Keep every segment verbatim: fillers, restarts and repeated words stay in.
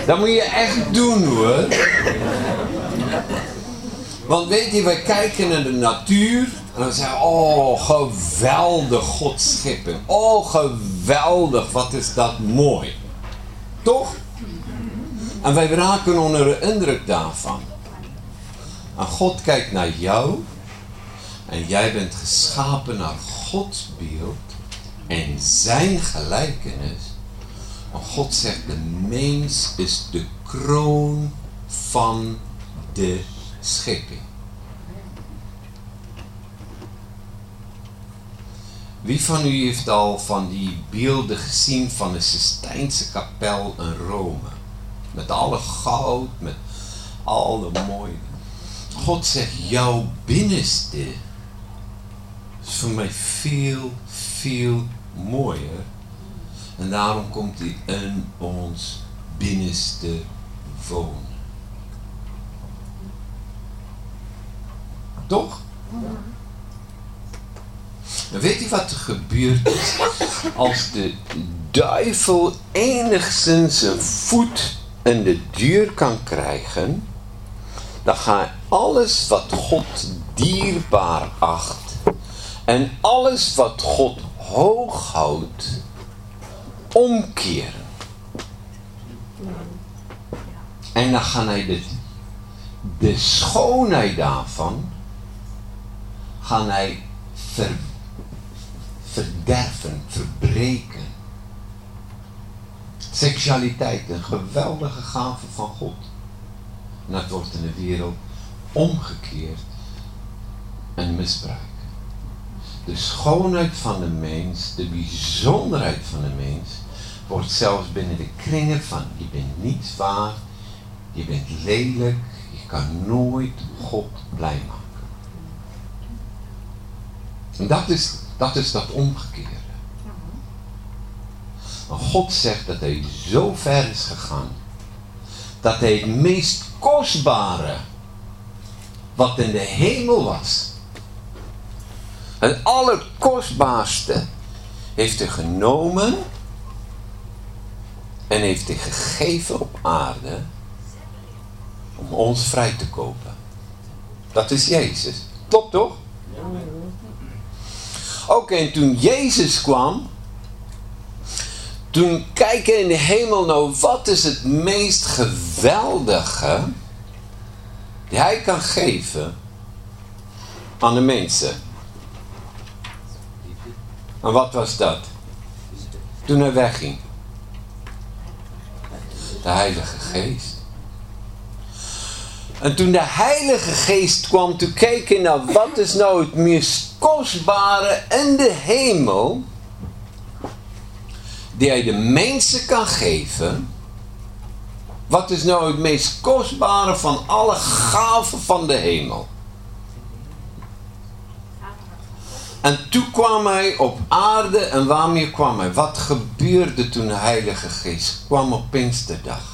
Dat moet je echt doen hoor. Want weet je, wij kijken naar de natuur en dan zeggen we, oh geweldig Gods schepping. Oh geweldig, wat is dat mooi. Toch? En wij raken onder de indruk daarvan. En God kijkt naar jou en jij bent geschapen naar Gods beeld en zijn gelijkenis. En God zegt, de mens is de kroon van de schepping. Wie van u heeft al van die beelden gezien van de Sistijnse kapel in Rome? Met alle goud, met alle mooie. God zegt, jouw binnenste is voor mij veel, veel mooier. En daarom komt hij in ons binnenste wonen. Toch? En weet je wat er gebeurt als de duivel enigszins een voet in de deur kan krijgen? Dan gaat alles wat God dierbaar acht en alles wat God hoog houdt omkeren. En dan gaan hij de, de schoonheid daarvan gaan hij ver, verderven, verbreken. Seksualiteit, een geweldige gave van God. En dat wordt in de wereld omgekeerd en misbruikt. De schoonheid van de mens, de bijzonderheid van de mens, wordt zelfs binnen de kringen van je bent niets waard, je bent lelijk, je kan nooit God blij maken. En dat is dat, is dat omgekeerde. Maar God zegt dat hij zo ver is gegaan, dat hij het meest kostbare wat in de hemel was, het allerkostbaarste, heeft hij genomen en heeft hij gegeven op aarde om ons vrij te kopen. Dat is Jezus. Klopt toch? Oké, okay, en toen Jezus kwam, toen kijken in de hemel, nou wat is het meest geweldige die hij kan geven aan de mensen. En wat was dat? Toen hij wegging. De Heilige Geest. En toen de Heilige Geest kwam, toen keek hij naar wat is nou het meest kostbare in de hemel, die hij de mensen kan geven. Wat is nou het meest kostbare van alle gaven van de hemel? En toen kwam hij op aarde en waarmee kwam hij? Wat gebeurde toen de Heilige Geest kwam op Pinksterdag?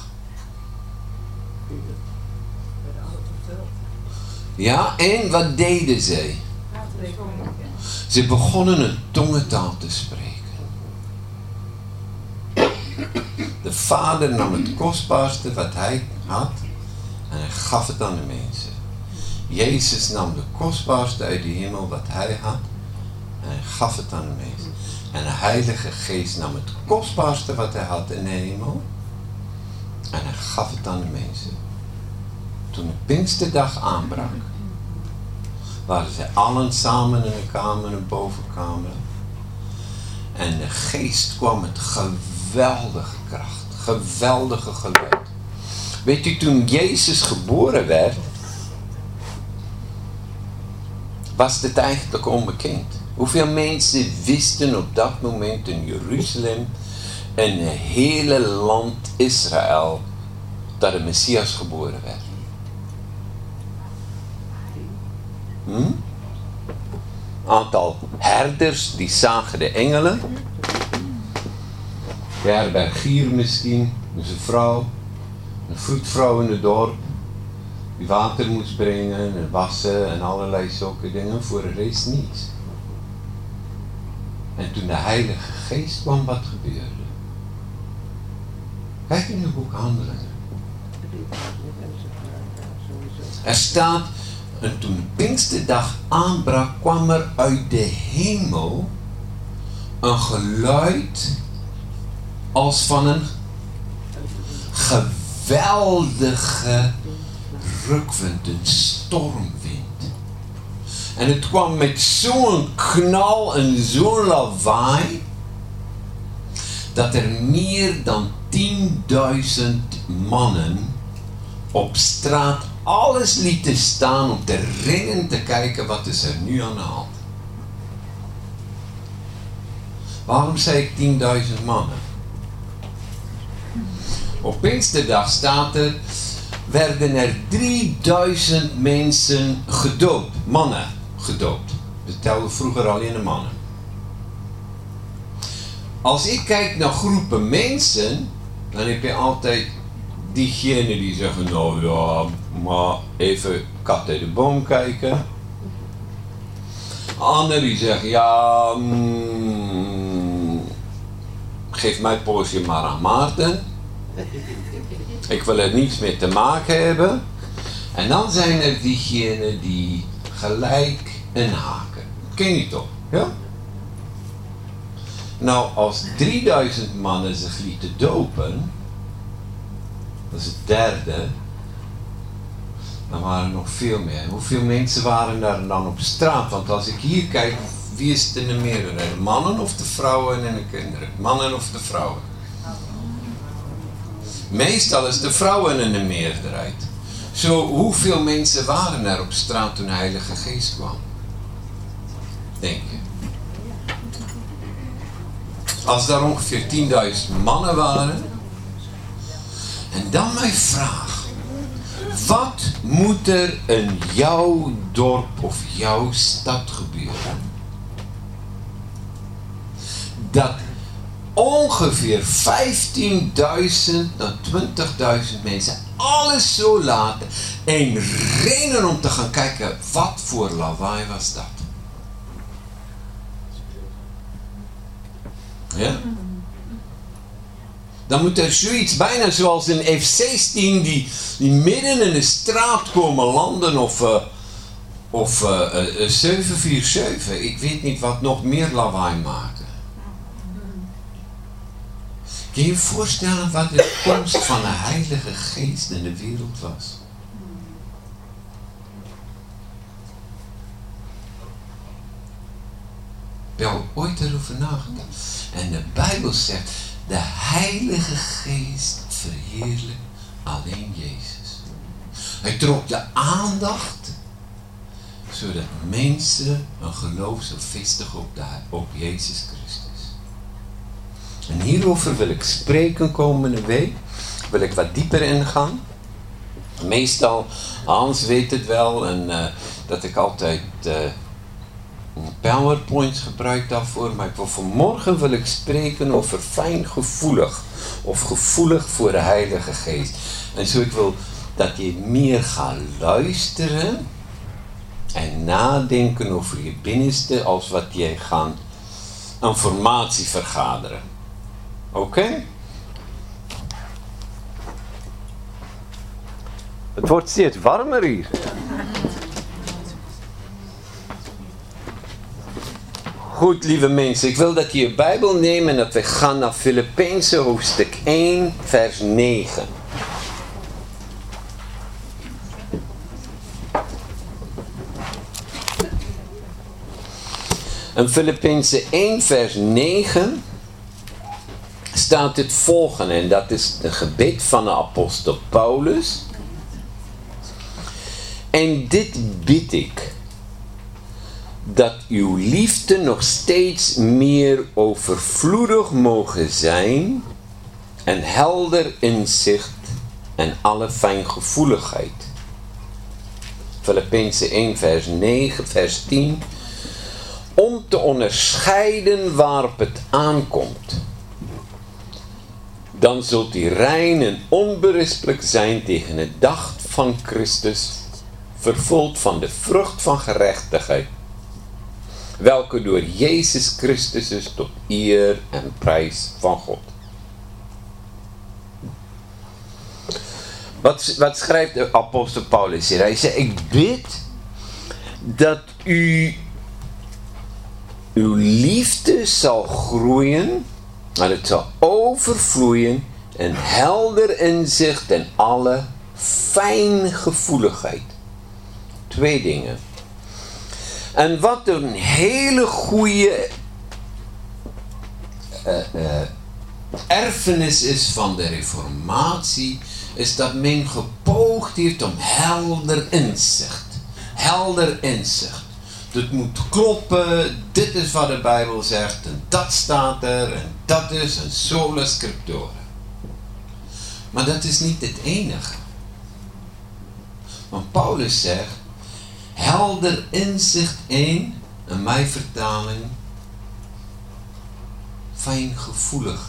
Ja, en wat deden zij? Ze begonnen een tongentaal te spreken. De Vader nam het kostbaarste wat hij had en hij gaf het aan de mensen. Jezus nam de kostbaarste uit de hemel wat hij had en hij gaf het aan de mensen. En de Heilige Geest nam het kostbaarste wat hij had in de hemel en hij gaf het aan de mensen. Toen de Pinksterdag aanbrak, waren ze allen samen in een kamer, een bovenkamer. En de Geest kwam met geweldige kracht, geweldige geluid. Weet u, toen Jezus geboren werd, was dit eigenlijk onbekend. Hoeveel mensen wisten op dat moment in Jeruzalem en het hele land Israël dat de Messias geboren werd? Hm? Aantal herders die zagen de engelen. De herbergier misschien, dus een vrouw, een vroedvrouw in het dorp, die water moest brengen en wassen en allerlei zulke dingen, voor de rest niets. En toen de Heilige Geest kwam, wat gebeurde? Kijk in het boek Handelingen. Er staat, en toen de Pinksterdag aanbrak, kwam er uit de hemel een geluid als van een geweldige rukwind, een stormwind. En het kwam met zo'n knal en zo'n lawaai, dat er meer dan tienduizend mannen op straat alles lieten staan om te ringen te kijken wat is er nu aan de hand. Waarom zei ik tienduizend mannen? Op Pinksterdag staat er, werden er drieduizend mensen gedoopt, mannen gedoopt. Dat telden vroeger alleen de mannen. Als ik kijk naar groepen mensen, dan heb je altijd diegenen die zeggen, nou ja, maar even kat uit de boom kijken. Anderen die zeggen, ja, mm, geef mijn portie maar aan Maarten. Ik wil er niets mee te maken hebben. En dan zijn er diegenen die gelijk een haken. Ken je toch? Ja? Nou, als drieduizend mannen zich lieten dopen, dat is het derde, dan waren er nog veel meer. Hoeveel mensen waren er dan op straat? Want als ik hier kijk, wie is het in de meerderheid? De mannen of de vrouwen en de kinderen? Mannen of de vrouwen? Meestal is de vrouwen in de meerderheid. Zo, hoeveel mensen waren er op straat toen de Heilige Geest kwam? Denk je? Als daar ongeveer tienduizend mannen waren. En dan mijn vraag. Wat moet er in jouw dorp of jouw stad gebeuren? Dat ongeveer vijftienduizend naar twintigduizend mensen alles zo laten en rennen om te gaan kijken, wat voor lawaai was dat? Ja? Dan moet er zoiets, bijna zoals een F zestien die, die midden in de straat komen landen of, uh, of uh, uh, zeven vier zeven. Ik weet niet wat nog meer lawaai maken. Kun je je voorstellen wat de komst van de Heilige Geest in de wereld was? Heb je al ooit erover nagedacht? En de Bijbel zegt, de Heilige Geest verheerlijkt alleen Jezus. Hij trok de aandacht, zodat mensen een geloof zou vestigen op, de, op Jezus Christus. En hierover wil ik spreken komende week. Wil ik wat dieper ingaan. Meestal, Hans weet het wel, en uh, dat ik altijd uh, PowerPoints gebruik daarvoor. Maar ik wil vanmorgen wil ik spreken over fijngevoelig. Of gevoelig voor de Heilige Geest. En zo ik wil dat je meer gaat luisteren. En nadenken over je binnenste. Als wat jij gaat informatie vergaderen. Oké? Okay? Het wordt steeds warmer hier. Goed, lieve mensen. Ik wil dat je je Bijbel neemt en dat we gaan naar Filippenzen hoofdstuk één, vers negen. In Filippenzen één, vers negen... staat het volgende, en dat is een gebed van de apostel Paulus. En dit bid ik, dat uw liefde nog steeds meer overvloedig mogen zijn, en helder inzicht en alle fijngevoeligheid. Filippenzen één, vers negen, vers tien. Om te onderscheiden waarop het aankomt. Dan zult u rein en onberispelijk zijn tegen de dag van Christus, vervuld van de vrucht van gerechtigheid, welke door Jezus Christus is tot eer en prijs van God. Wat, wat schrijft de apostel Paulus hier? Hij zegt, ik bid dat u uw liefde zal groeien, dat het zal overvloeien in helder inzicht en alle fijngevoeligheid. Twee dingen. En wat een hele goede uh, uh, erfenis is van de reformatie, is dat men gepoogd heeft om helder inzicht. Helder inzicht. Het moet kloppen, dit is wat de Bijbel zegt, en dat staat er, en dat is een sola scriptura. Maar dat is niet het enige. Want Paulus zegt, helder inzicht één, in mijn vertaling, fijngevoeligheid.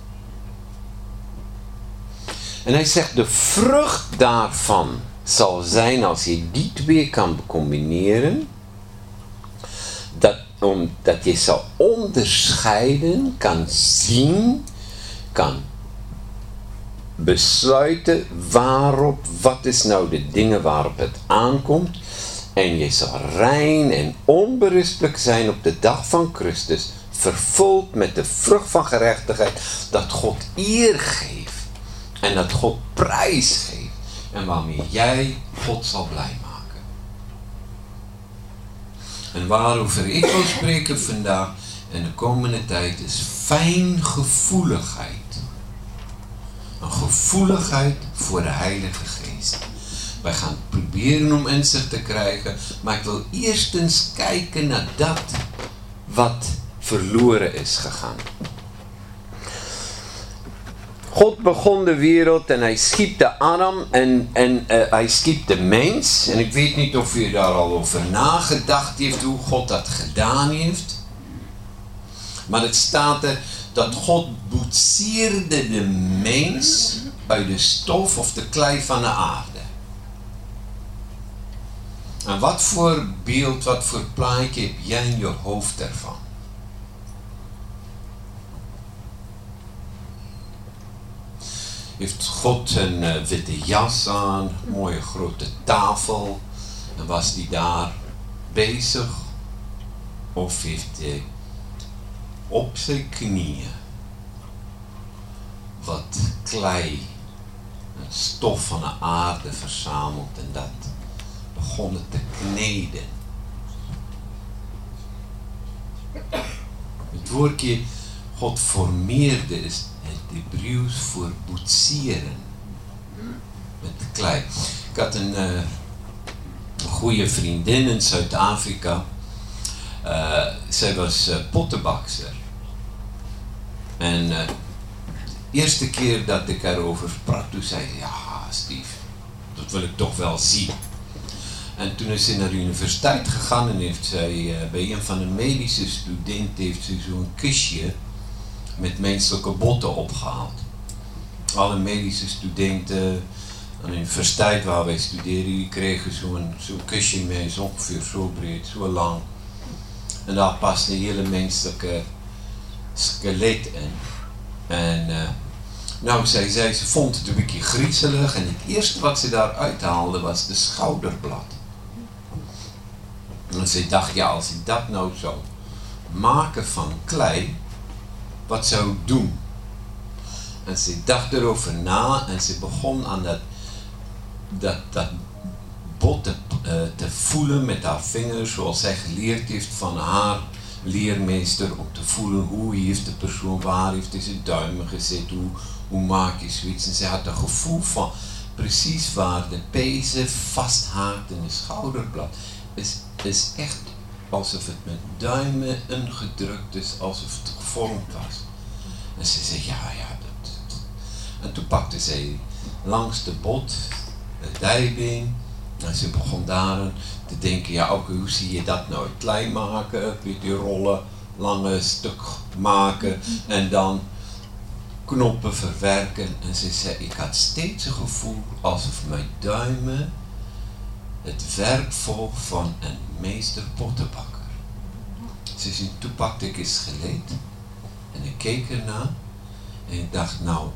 En hij zegt, de vrucht daarvan zal zijn, als je die twee kan combineren, dat, omdat je zal onderscheiden, kan zien, kan besluiten waarop, wat is nou de dingen waarop het aankomt. En je zal rein en onberispelijk zijn op de dag van Christus, vervuld met de vrucht van gerechtigheid, dat God eer geeft en dat God prijs geeft en waarmee jij God zal blij maken. En waarover ik wil spreken vandaag en de komende tijd is fijngevoeligheid. Een gevoeligheid voor de Heilige Geest. Wij gaan proberen om inzicht te krijgen, maar ik wil eerst eens kijken naar dat wat verloren is gegaan. God begon de wereld en hij schiep de Adam en, en uh, hij schiep de mens. En ik weet niet of u daar al over nagedacht heeft hoe God dat gedaan heeft. Maar het staat er dat God boetseerde de mens uit de stof of de klei van de aarde. En wat voor beeld, wat voor plaatje heb jij in je hoofd ervan? Heeft God een uh, witte jas aan, een mooie grote tafel, en was die daar bezig? Of heeft hij op zijn knieën wat klei, een stof van de aarde verzameld en dat begonnen te kneden? Het woordje God formeerde is het Hebreeuws voor boetseren met klei. Ik had een, uh, een goede vriendin in Zuid-Afrika. Uh, zij was uh, pottenbakster. En uh, de eerste keer dat ik erover sprak, toen zei ze, ja Steve, dat wil ik toch wel zien. En toen is ze naar de universiteit gegaan en heeft zij uh, bij een van de medische studenten heeft ze zo'n kistje met menselijke botten opgehaald. Alle medische studenten aan de universiteit waar wij studeren, die kregen zo'n zo'n kistje mee, zo ongeveer zo breed, zo lang. En daar past een hele menselijke skelet in. En uh, nou, zij zei, ze vond het een beetje griezelig en het eerste wat ze daar uithaalde was de schouderblad. En ze dacht, ja, als ik dat nou zou maken van klei, wat zou ik doen? En ze dacht erover na en ze begon aan dat, dat, dat bot te, uh, te voelen met haar vingers, zoals zij geleerd heeft van haar leermeester, om te voelen hoe heeft de persoon, waar heeft hij zijn duimen gezet, hoe, hoe maak je zoiets. En ze had een gevoel van precies waar de pezen vasthaakt in de schouderblad. Het is, is echt alsof het met duimen ingedrukt is, alsof het gevormd was. En ze zei, ja, ja, dat, dat. En toen pakte zij langs de bot, het dijbeen, en ze begon daar te denken, ja, ook hoe zie je dat nou? Klein maken, weer die rollen, lange stuk maken, en dan knoppen verwerken. En ze zei, ik had steeds een gevoel alsof mijn duimen het werk volg van een meester pottenbakker. Ze zei, toen pakte ik eens geleed en ik keek ernaar en ik dacht, nou,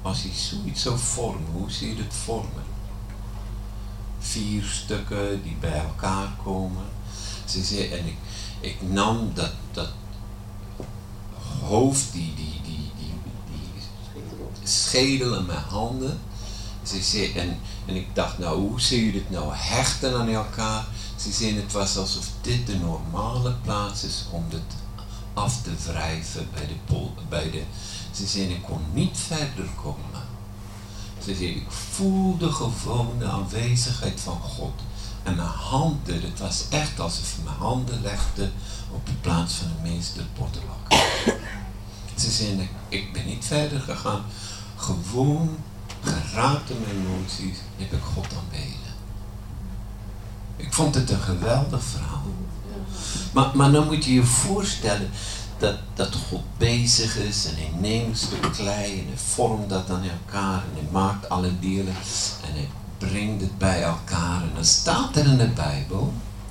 als hij zoiets zou vormen, hoe zie je het vormen? Vier stukken die bij elkaar komen. Ze zei, en ik, ik nam dat, dat hoofd, die, die, die, die, die schedel in mijn handen. Ze zei, en, en ik dacht, nou, hoe zie je dit nou hechten aan elkaar? Ze zei, het was alsof dit de normale plaats is om dit af te wrijven bij de pol, bij de, ze zei, ik kon niet verder komen. Ze zei, ik voelde gewoon de aanwezigheid van God. En mijn handen, het was echt alsof ik mijn handen legde op de plaats van de meester pottenbak. Ze zei, ik, ik ben niet verder gegaan. Gewoon geraakt in mijn emoties heb ik God aanbeden. Ik vond het een geweldig verhaal. Maar, maar dan moet je je voorstellen dat, dat God bezig is en hij neemt een stuk klei en hij vormt dat aan elkaar en hij maakt alle delen en hij brengt het bij elkaar. En dan staat er in de Bijbel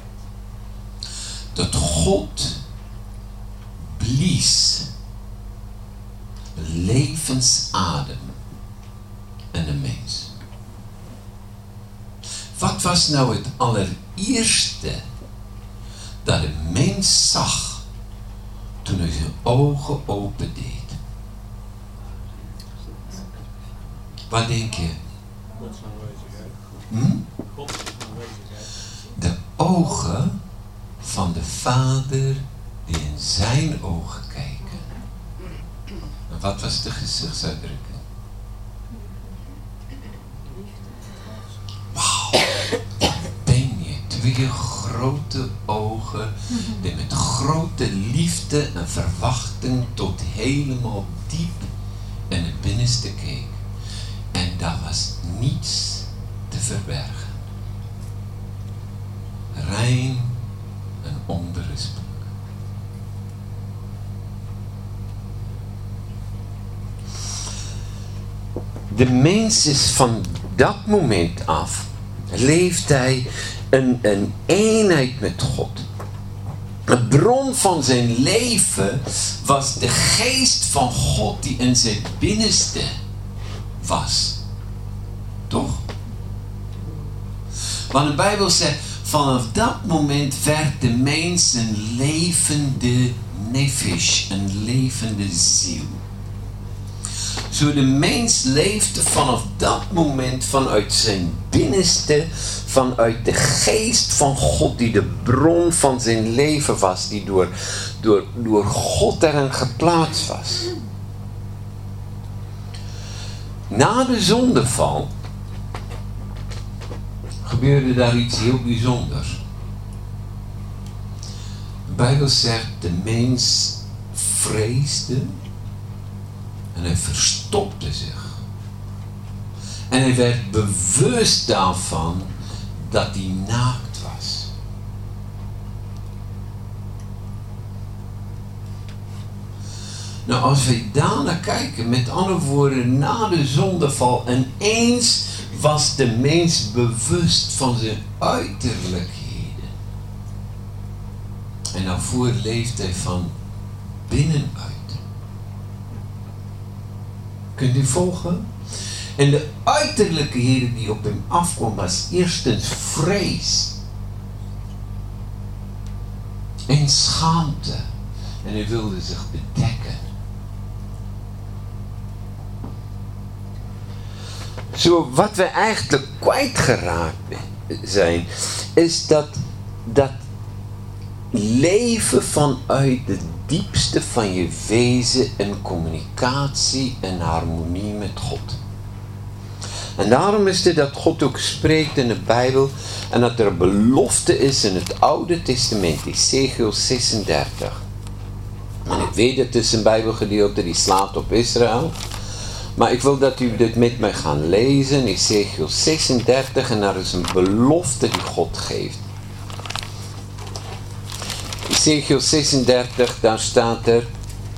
dat God blies levensadem in de mens. Wat was nou het allereerste dat de mens zag toen hij zijn ogen opendeed? Wat denk je? Gods aanwezigheid. Hm? Gods aanwezigheid. De ogen van de Vader die in zijn ogen kijken. En wat was de gezichtsuitdrukking? Wauw, ben je twee grote ogen die met grote liefde en verwachting tot helemaal diep in het binnenste keek. En daar was niets te verbergen. Rein en onberispelijk. De mens is van dat moment af, leeft hij een, een eenheid met God. De bron van zijn leven was de geest van God die in zijn binnenste was. Toch? Want de Bijbel zegt, vanaf dat moment werd de mens een levende nefesh, een levende ziel. Zo de mens leefde vanaf dat moment vanuit zijn binnenste, vanuit de geest van God die de bron van zijn leven was, die door, door, door God erin geplaatst was. Na de zondeval gebeurde daar iets heel bijzonders. De Bijbel zegt, de mens vreesde en hij verstopte zich. En hij werd bewust daarvan dat hij naakt was. Nou, als we daarnaar kijken, met andere woorden, na de zondeval, ineens was de mens bewust van zijn uiterlijkheden. En daarvoor leefde hij van binnenuit. Kunt u volgen? En de uiterlijkheden die op hem afkwamen was eerstens vrees. En schaamte. En hij wilde zich bedekken. Zo, wat we eigenlijk kwijtgeraakt zijn, is dat, dat leven vanuit het diepste van je wezen in communicatie en harmonie met God. En daarom is het dat God ook spreekt in de Bijbel en dat er een belofte is in het Oude Testament, Ezekiel zesendertig. En ik weet het is een Bijbelgedeelte die slaat op Israël. Maar ik wil dat u dit met mij gaan lezen, Ezekiel zesendertig, en daar is een belofte die God geeft. Ezekiel zesendertig, daar staat er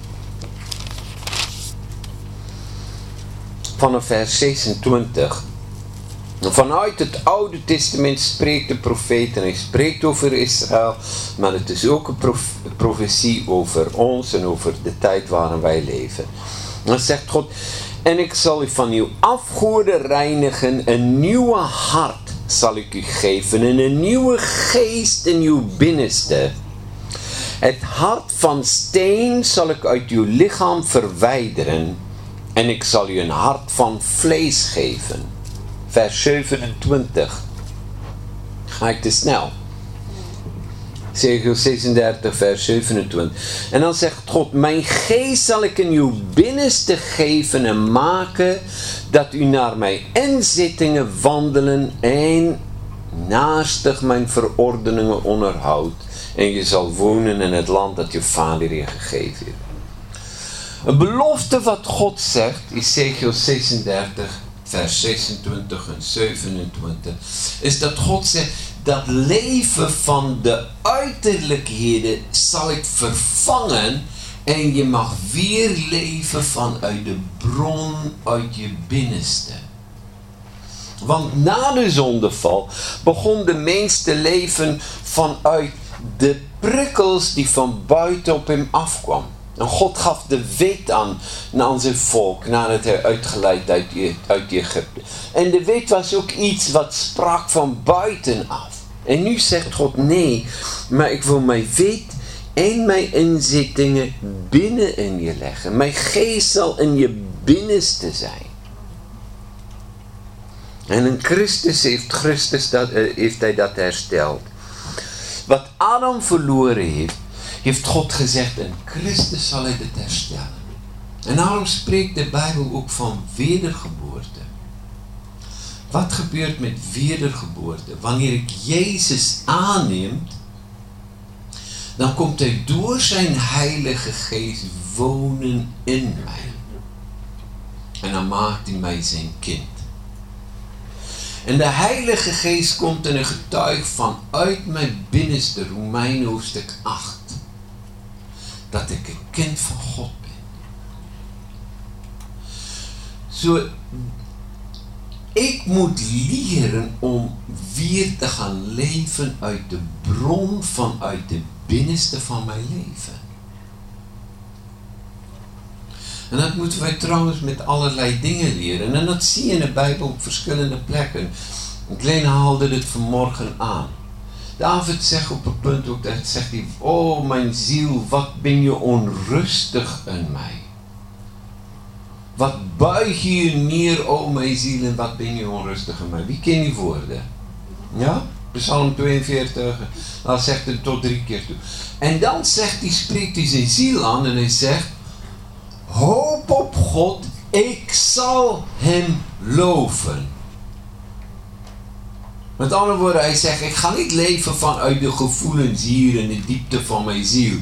vanaf vers zesentwintig. Vanuit het Oude Testament spreekt de profeet en hij spreekt over Israël, maar het is ook een prof- profetie over ons en over de tijd waarin wij leven. Dan zegt God, En ik zal u van uw afgoden reinigen, een nieuwe hart zal ik u geven en een nieuwe geest in uw binnenste. Het hart van steen zal ik uit uw lichaam verwijderen en ik zal u een hart van vlees geven. Vers zevenentwintig. Ga ik te snel? Ezekiel zesendertig vers zevenentwintig. En dan zegt God, mijn geest zal ik in uw binnenste geven en maken, dat u naar mijn inzittingen wandelen en naastig mijn verordeningen onderhoudt. En je zal wonen in het land dat je vader je gegeven heeft. Een belofte wat God zegt, Ezekiel zesendertig vers zesentwintig en zevenentwintig, is dat God zegt, dat leven van de uiterlijkheden zal ik vervangen en je mag weer leven vanuit de bron uit je binnenste. Want na de zondeval begon de mens te leven vanuit de prikkels die van buiten op hem afkwam. En God gaf de wet aan, aan zijn volk nadat hij uitgeleid uit, uit Egypte. En de wet was ook iets wat sprak van buitenaf. En nu zegt God, nee, maar ik wil mijn wet en mijn inzittingen binnen in je leggen. Mijn geest zal in je binnenste zijn. En in Christus heeft, Christus dat, uh, heeft hij dat hersteld. Wat Adam verloren heeft, heeft God gezegd, in Christus zal hij dit herstellen. En daarom spreekt de Bijbel ook van wedergeboorte. Wat gebeurt met wedergeboorte? Wanneer ik Jezus aanneem, dan komt hij door zijn Heilige Geest wonen in mij. En dan maakt hij mij zijn kind. En de Heilige Geest komt in een getuig vanuit mijn binnenste, Romeinen hoofdstuk acht. Dat ik een kind van God ben. Zo, ik moet leren om weer te gaan leven uit de bron vanuit de binnenste van mijn leven. En dat moeten wij trouwens met allerlei dingen leren. En dat zie je in de Bijbel op verschillende plekken. Glenn haalde dit vanmorgen aan. David zegt op een punt ook, dat zegt hij, oh mijn ziel, wat ben je onrustig in mij. Wat buig je neer, o mijn ziel, en wat ben je onrustig in mij. Wie ken die woorden? Ja? Psalm tweeënveertig, dan zegt hij tot drie keer toe. En dan zegt hij, spreekt hij zijn ziel aan en hij zegt, hoop op God, ik zal hem loven. Met andere woorden, hij zegt, ik ga niet leven vanuit de gevoelens hier in de diepte van mijn ziel.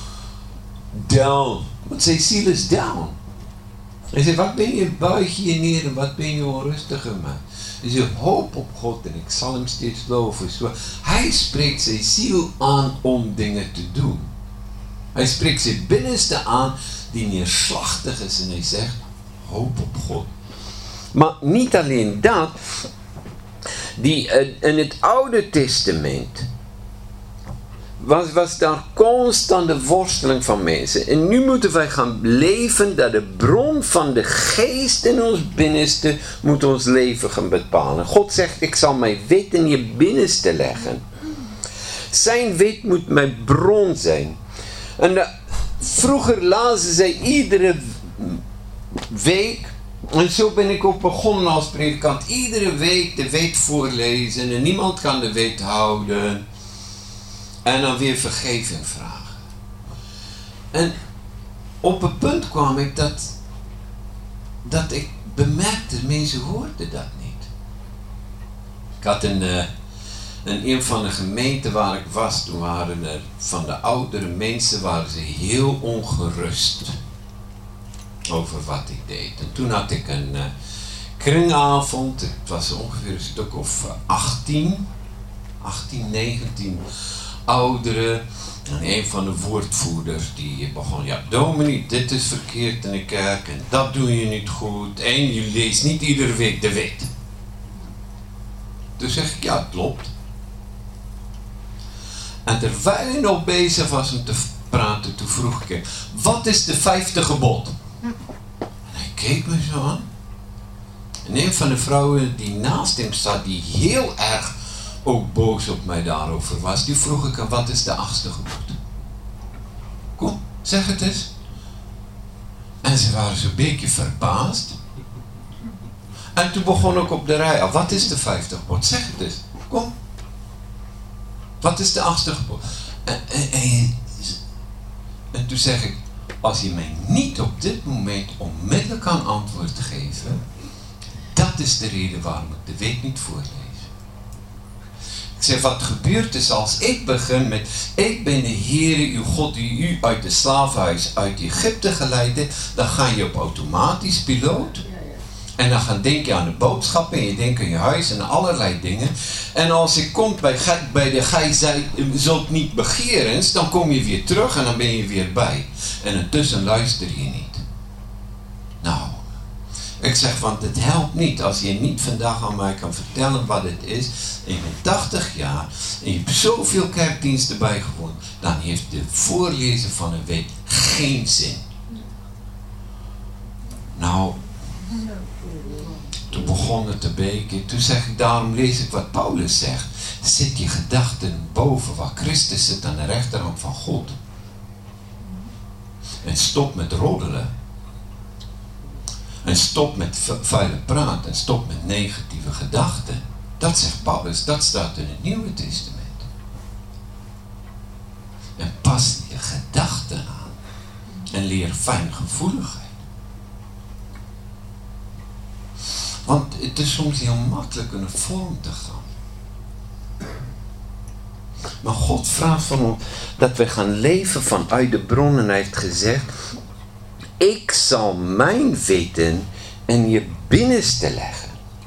Down. Want zijn ziel is down. Hij zegt, wat ben je, buig je neer en wat ben je onrustig in mij. Hij zegt, hoop op God en ik zal hem steeds loven. Zo, hij spreekt zijn ziel aan om dingen te doen. Hij spreekt zijn binnenste aan die neerslachtig is en hij zegt, hoop op God. Maar niet alleen dat, die in het Oude Testament was, was daar constante worsteling van mensen. En nu moeten wij gaan leven dat de bron van de geest in ons binnenste moet ons leven gaan bepalen. God zegt, ik zal mijn wet in je binnenste leggen. Zijn wet moet mijn bron zijn. En de, vroeger lazen zij iedere week, en zo ben ik ook begonnen als predikant, iedere week de wet voorlezen en niemand kan de wet houden. En dan weer vergeving vragen. En op een punt kwam ik dat, dat ik bemerkte, mensen hoorden dat niet. Ik had een, uh, in een van de gemeenten waar ik was, toen waren er van de oudere mensen, waren ze heel ongerust over wat ik deed. En toen had ik een uh, kringavond, het was ongeveer een stuk of uh, achttien, achttien, negentien ouderen. En een van de woordvoerders die begon, ja dominee, dit is verkeerd in de kerk en dat doe je niet goed en je leest niet iedere week de wet. Toen zeg ik, ja het klopt. En terwijl hij nog bezig was om te praten, toen vroeg ik hem, wat is de vijfde gebod? En hij keek me zo aan. En een van de vrouwen die naast hem zat, die heel erg ook boos op mij daarover was, die vroeg ik aan, wat is de achtste gebod? Kom, zeg het eens. En ze waren zo'n beetje verbaasd. En toen begon ik op de rij af, wat is de vijfde gebod? Zeg het eens, kom. Wat is de achtste gebod? En, en, en, en toen zeg ik, als je mij niet op dit moment onmiddellijk kan antwoord geven, dat is de reden waarom ik de wet niet voorlees. Ik zeg, wat gebeurt is als ik begin met, ik ben de Heere, uw God, die u uit de slavenhuis uit Egypte geleid heeft, dan ga je op automatisch piloot. En dan gaan denk je aan de boodschappen en je denkt aan je huis en allerlei dingen. En als ik kom bij, bij de gij zij zult niet begerens, dan kom je weer terug en dan ben je weer bij. En intussen luister je niet. Nou, ik zeg, want het helpt niet als je niet vandaag aan mij kan vertellen wat het is. En je bent tachtig jaar en je hebt zoveel kerkdiensten bijgewoond. Dan heeft de voorlezen van een wet geen zin. Nou, toen begon het te beken. Toen zeg ik, daarom lees ik wat Paulus zegt. Zet je gedachten boven waar Christus zit aan de rechterhand van God. En stop met roddelen. En stop met vuile praat. En stop met negatieve gedachten. Dat zegt Paulus. Dat staat in het Nieuwe Testament. En pas je gedachten aan. En leer fijngevoeligheid. Want het is soms heel makkelijk in een vorm te gaan. Maar God vraagt van ons dat we gaan leven vanuit de bron. En hij heeft gezegd, ik zal mijn wetten in je binnenste leggen.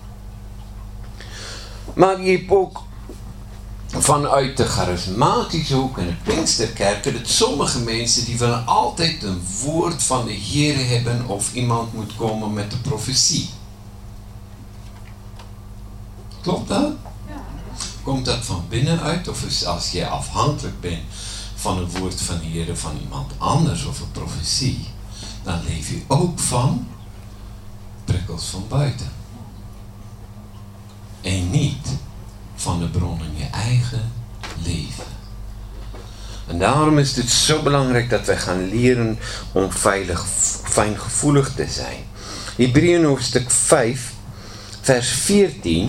Maar je hebt ook vanuit de charismatische hoek en de Pinksterkerken dat sommige mensen die willen altijd een woord van de Heer hebben of iemand moet komen met de profetie. Klopt dat? Ja. Komt dat van binnenuit of is als je afhankelijk bent van een woord van de Heer van iemand anders of een profetie, dan leef je ook van prikkels van buiten. En niet van de bron in je eigen leven. En daarom is het zo belangrijk dat wij gaan leren om veilig, fijngevoelig te zijn. Hebreeën hoofdstuk vijf, vers veertien.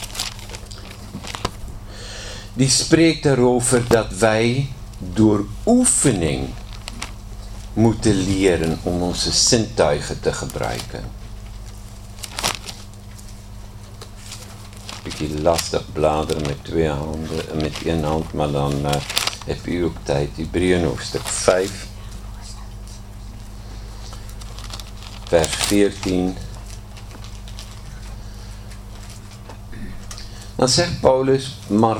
Die spreekt daarover dat wij door oefening moeten leren om onze zintuigen te gebruiken. Beetje lastig bladeren met twee handen, met één hand, maar dan uh, heb je ook tijd. Hebreeën hoofdstuk vijf, vers veertien. Dan zegt Paulus, maar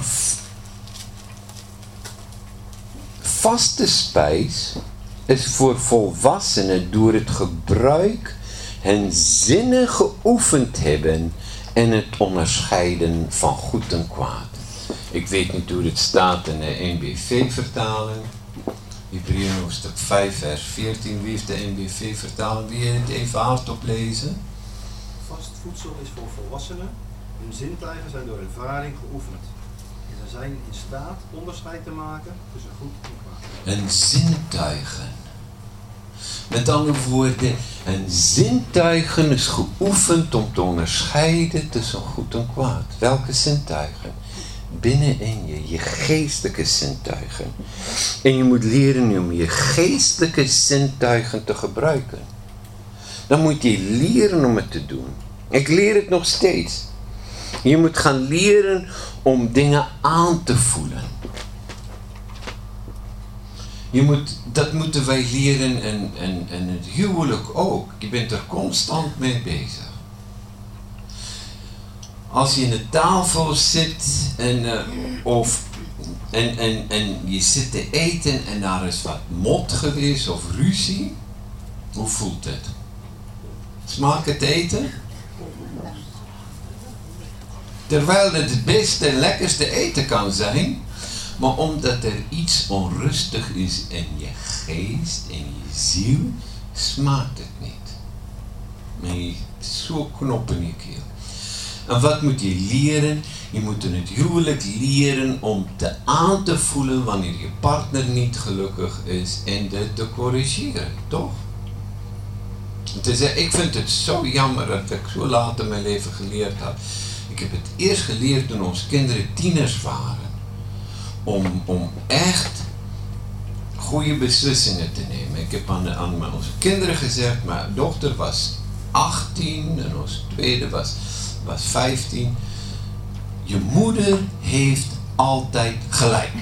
vaste spijs is voor volwassenen door het gebruik hun zinnen geoefend hebben en het onderscheiden van goed en kwaad. Ik weet niet hoe het staat in de N B V-vertaling. Hebreeën hoofdstuk vijf, vers veertien. Wie heeft de N B V-vertaling? Wie het even hardop lezen? Vast voedsel is voor volwassenen. Hun zintuigen zijn door ervaring geoefend. En ze zijn in staat onderscheid te maken tussen goed en kwaad. Hun zintuigen. Met andere woorden, een zintuigen is geoefend om te onderscheiden tussen goed en kwaad. Welke zintuigen? Binnenin je, je geestelijke zintuigen. En je moet leren om je geestelijke zintuigen te gebruiken. Dan moet je leren om het te doen. Ik leer het nog steeds. Je moet gaan leren om dingen aan te voelen. Je moet, dat moeten wij leren en, en, en het huwelijk ook. Je bent er constant mee bezig. Als je in de tafel zit en, uh, of, en, en, en je zit te eten en daar is wat mot geweest of ruzie. Hoe voelt het? Smaakt het eten? Terwijl het het beste en lekkerste eten kan zijn. Maar omdat er iets onrustig is in je geest, in je ziel, smaakt het niet. met so knop in je keel. En wat moet je leren? Je moet in het huwelijk leren om te aan te voelen wanneer je partner niet gelukkig is en dit te corrigeren, toch? Te zeggen, ik vind het zo jammer dat ik zo laat in mijn leven geleerd had. Ik heb het eerst geleerd toen onze kinderen tieners waren. Om, om echt goede beslissingen te nemen. Ik heb aan, aan onze kinderen gezegd, mijn dochter was achttien en onze tweede was, was vijftien. Je moeder heeft altijd gelijk.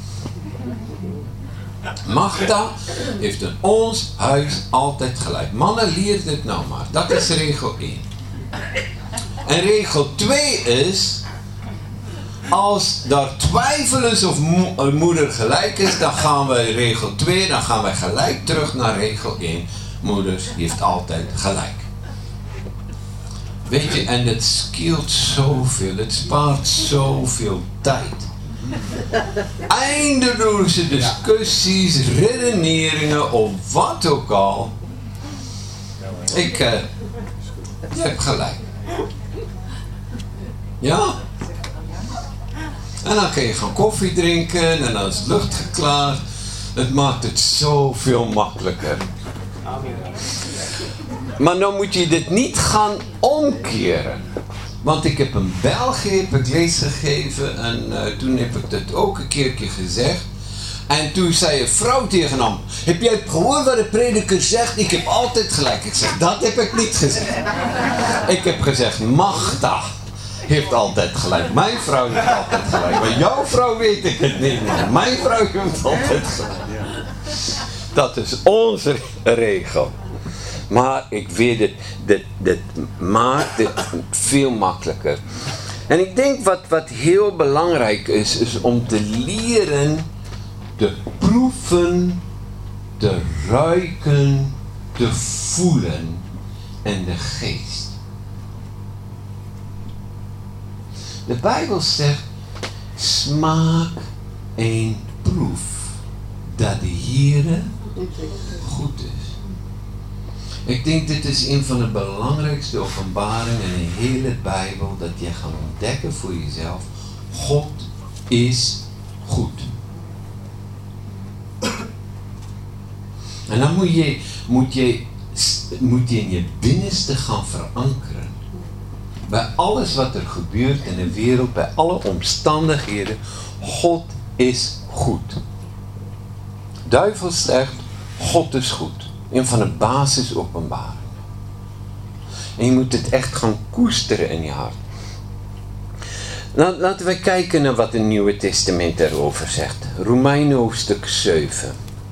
Magda heeft in ons huis altijd gelijk. Mannen, leer dit nou maar. Dat is regel één. En regel twee is, als daar twijfel is of mo- moeder gelijk is, dan gaan wij regel twee, dan gaan wij gelijk terug naar regel één. Moeder heeft altijd gelijk. Weet je, en het scheelt zoveel, het spaart zoveel tijd. Eindeloze discussies, redeneringen of wat ook al. Ik, uh, je hebt gelijk. Ja? En dan kun je gaan koffie drinken en dan is het lucht geklaard. Het maakt het zoveel makkelijker. Maar dan moet je dit niet gaan omkeren. Want ik heb een België heb ik les gegeven en uh, toen heb ik dat ook een keertje gezegd. En toen zei een vrouw tegen hem, heb jij gehoord wat de prediker zegt? Ik heb altijd gelijk. Ik zeg, dat heb ik niet gezegd. Ik heb gezegd, Magda heeft altijd gelijk. Mijn vrouw heeft altijd gelijk. Maar jouw vrouw weet ik het niet meer. Mijn vrouw heeft altijd gelijk. Dat is onze regel. Maar ik weet het, dit, dit maakt het veel makkelijker. En ik denk wat, wat heel belangrijk is, is om te leren te proeven, te ruiken, te voelen in de geest. De Bijbel zegt, smaak en proef dat de Heere goed is. Ik denk dit is een van de belangrijkste openbaringen in de hele Bijbel, dat je gaat ontdekken voor jezelf, God is goed. En dan moet je, moet je, moet je in je binnenste gaan verankeren. Bij alles wat er gebeurt in de wereld, bij alle omstandigheden, God is goed. Duivel zegt, God is goed. Een van de basisopenbaringen. En je moet het echt gaan koesteren in je hart. Laten we kijken naar wat het Nieuwe Testament daarover zegt. Romeinen hoofdstuk zeven.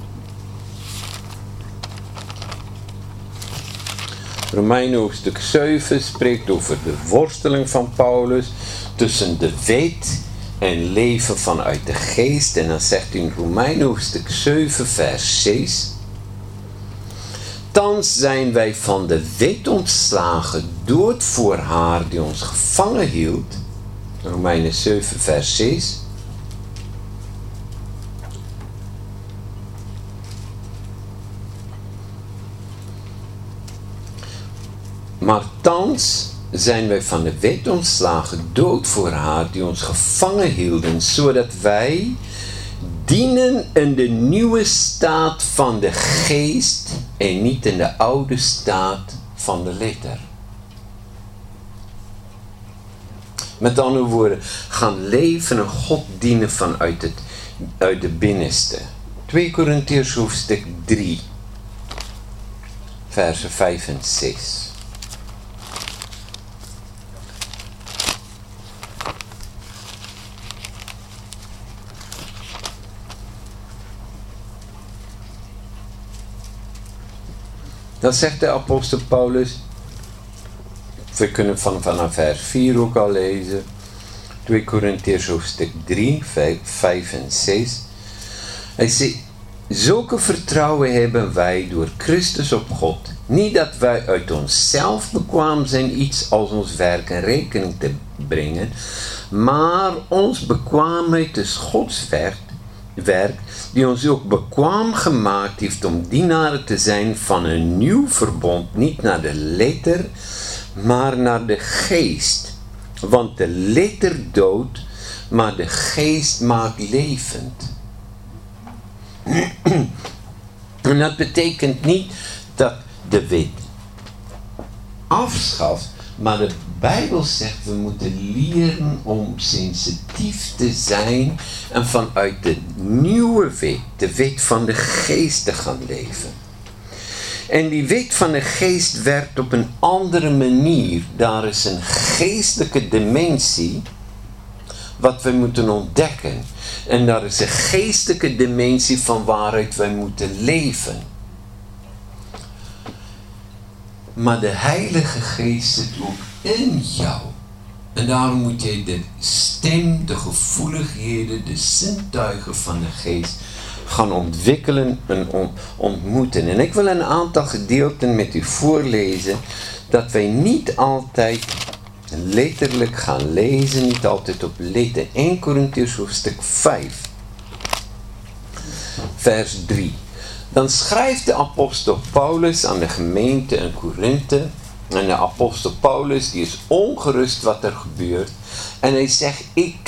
Romeinen hoofdstuk zeven spreekt over de worsteling van Paulus tussen de wet en leven vanuit de geest. En dan zegt hij in Romeinen hoofdstuk zeven vers zes. Thans zijn wij van de wet ontslagen door het voor haar die ons gevangen hield. Romeinen zeven vers zes. Maar thans zijn wij van de wet ontslagen dood voor haar die ons gevangen hielden, zodat wij dienen in de nieuwe staat van de geest en niet in de oude staat van de letter. Met andere woorden, gaan leven en God dienen vanuit het, uit de binnenste. twee Korintiërs hoofdstuk drie, versen vijf en zes. Dan zegt de apostel Paulus, we kunnen van, vanaf vers vier ook al lezen, twee Korintiërs hoofdstuk drie, vijf en zes. Hij zegt, zulke vertrouwen hebben wij door Christus op God. Niet dat wij uit onszelf bekwaam zijn iets als ons werk in rekening te brengen, maar ons bekwaamheid is Gods werk, werk, die ons ook bekwaam gemaakt heeft om dienaren te zijn van een nieuw verbond, niet naar de letter, maar naar de geest. Want de letter doodt, maar de geest maakt levend. En dat betekent niet dat de wet afschaft, maar de Bijbel zegt we moeten leren om sensitief te zijn en vanuit de nieuwe wet, de wet van de geest te gaan leven. En die wet van de geest werkt op een andere manier. Daar is een geestelijke dimensie wat wij moeten ontdekken. En daar is een geestelijke dimensie van waaruit wij moeten leven. Maar de Heilige Geest zit ook in jou. En daarom moet jij de stem, de gevoeligheden, de zintuigen van de Geest gaan ontwikkelen en ontmoeten. En ik wil een aantal gedeelten met u voorlezen, dat wij niet altijd letterlijk gaan lezen, niet altijd op letten. Eerste Korintiërs hoofdstuk vijf, vers drie. Dan schrijft de apostel Paulus aan de gemeente in Korinthe. En de apostel Paulus die is ongerust wat er gebeurt. En hij zegt, ik,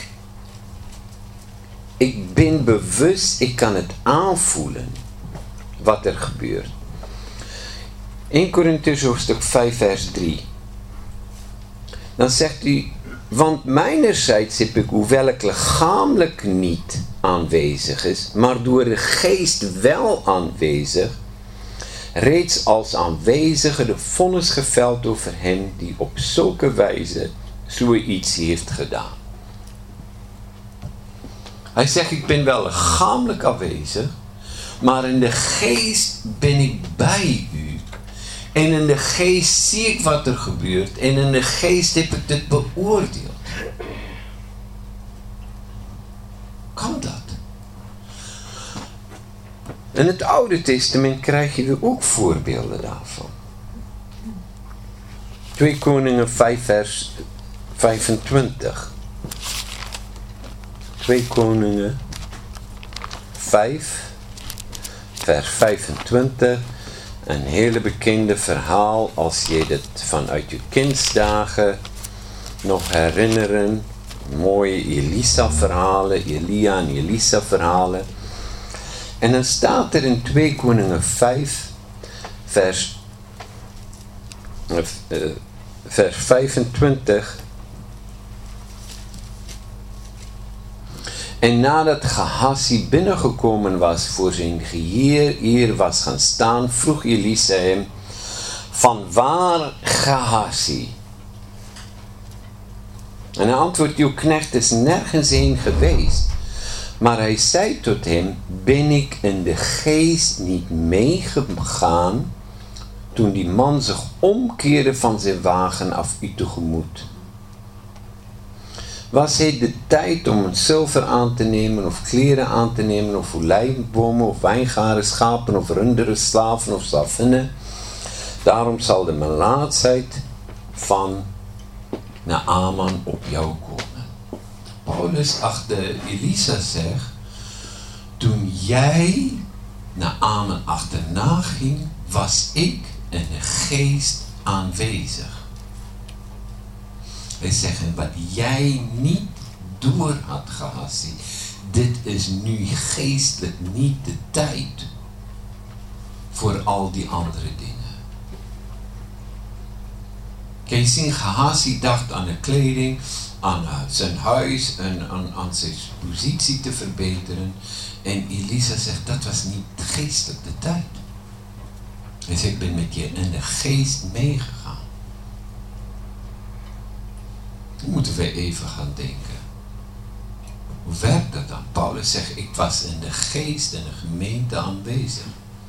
ik ben bewust, ik kan het aanvoelen wat er gebeurt. Eerste Korintiërs hoofdstuk vijf vers drie. Dan zegt hij, want mijnerzijds heb ik, hoewel ik lichamelijk niet aanwezig is, maar door de geest wel aanwezig, reeds als aanwezige de vonnis geveld over hem die op zulke wijze zoiets heeft gedaan. Hij zegt, ik ben wel lichamelijk aanwezig, maar in de geest ben ik bij u. En in de geest zie ik wat er gebeurt. En in de geest heb ik dit beoordeeld. Kan dat? In het Oude Testament krijg je er ook voorbeelden daarvan. Tweede Koningen vijf vers vijfentwintig. Tweede Koningen vijf vers vijfentwintig. Een hele bekende verhaal als je dit vanuit je kindsdagen nog herinneren. Mooie Elisa verhalen, Elia en Elisa verhalen. En dan staat er in Tweede Koningen vijf vers, uh, vers vijfentwintig. En nadat Gehazi binnengekomen was voor zijn geheer eer was gaan staan, vroeg Elisa hem, van waar Gehazi? En hij antwoordt, uw knecht is nergens heen geweest. Maar hij zei tot hem, ben ik in de geest niet meegegaan toen die man zich omkeerde van zijn wagen af u tegemoet? Was het de tijd om een zilver aan te nemen, of kleren aan te nemen, of olijfbomen, of wijngaren, schapen, of runderen, slaven, of slavinnen? Daarom zal de melaatsheid van Naaman op jou komen. Paulus achter Elisa zegt, toen jij Naaman achterna ging, was ik in de geest aanwezig. Wij zeggen, wat jij niet door had gehad, dit is nu geestelijk niet de tijd voor al die andere dingen. Kan je zien, Gehazi dacht aan de kleding, aan uh, zijn huis en aan, aan zijn positie te verbeteren. En Elisa zegt, dat was niet geestelijk de tijd. Hij zegt, ik ben met je in de geest meegegaan. Moeten we even gaan denken. Hoe werkt dat dan? Paulus zegt, ik was in de geest in de gemeente aanwezig.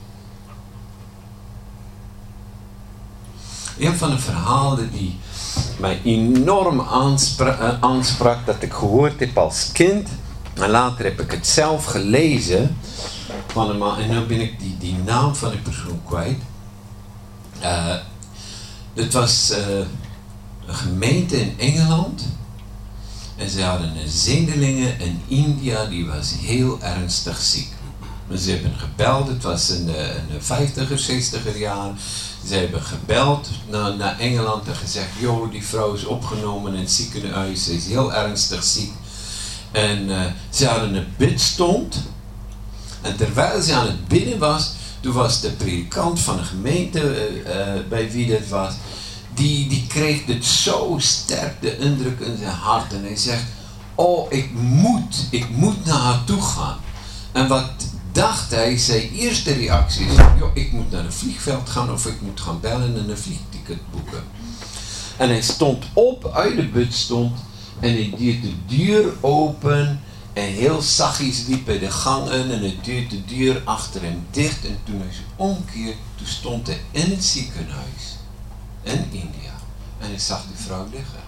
Een van de verhalen die mij enorm aanspra- aansprak, dat ik gehoord heb als kind, en later heb ik het zelf gelezen, van een man, en nu ben ik die, die naam van die persoon kwijt. Uh, het was uh, een gemeente in Engeland. En ze hadden een zendelinge in India, die was heel ernstig ziek. Ze hebben gebeld, het was in de, in de vijftiger, zestiger jaren. Ze hebben gebeld naar, naar Engeland en gezegd, joh, die vrouw is opgenomen in het ziekenhuis, ze is heel ernstig ziek. En uh, ze hadden een bidstond. En terwijl ze aan het bidden was, toen was de predikant van de gemeente uh, uh, bij wie dit was, die, die kreeg dit zo sterk de indruk in zijn hart. En hij zegt, oh, ik moet, ik moet naar haar toe gaan. En wat dacht hij, zijn eerste reactie is, joh, ik moet naar een vliegveld gaan of ik moet gaan bellen en een vliegticket boeken. En hij stond op uit de bidstond en hij deed de deur open en heel zachtjes liep hij de gang in en hij deed de deur achter hem dicht. En toen hij zich omkeerde, toen stond hij in het ziekenhuis in India en hij zag die vrouw liggen.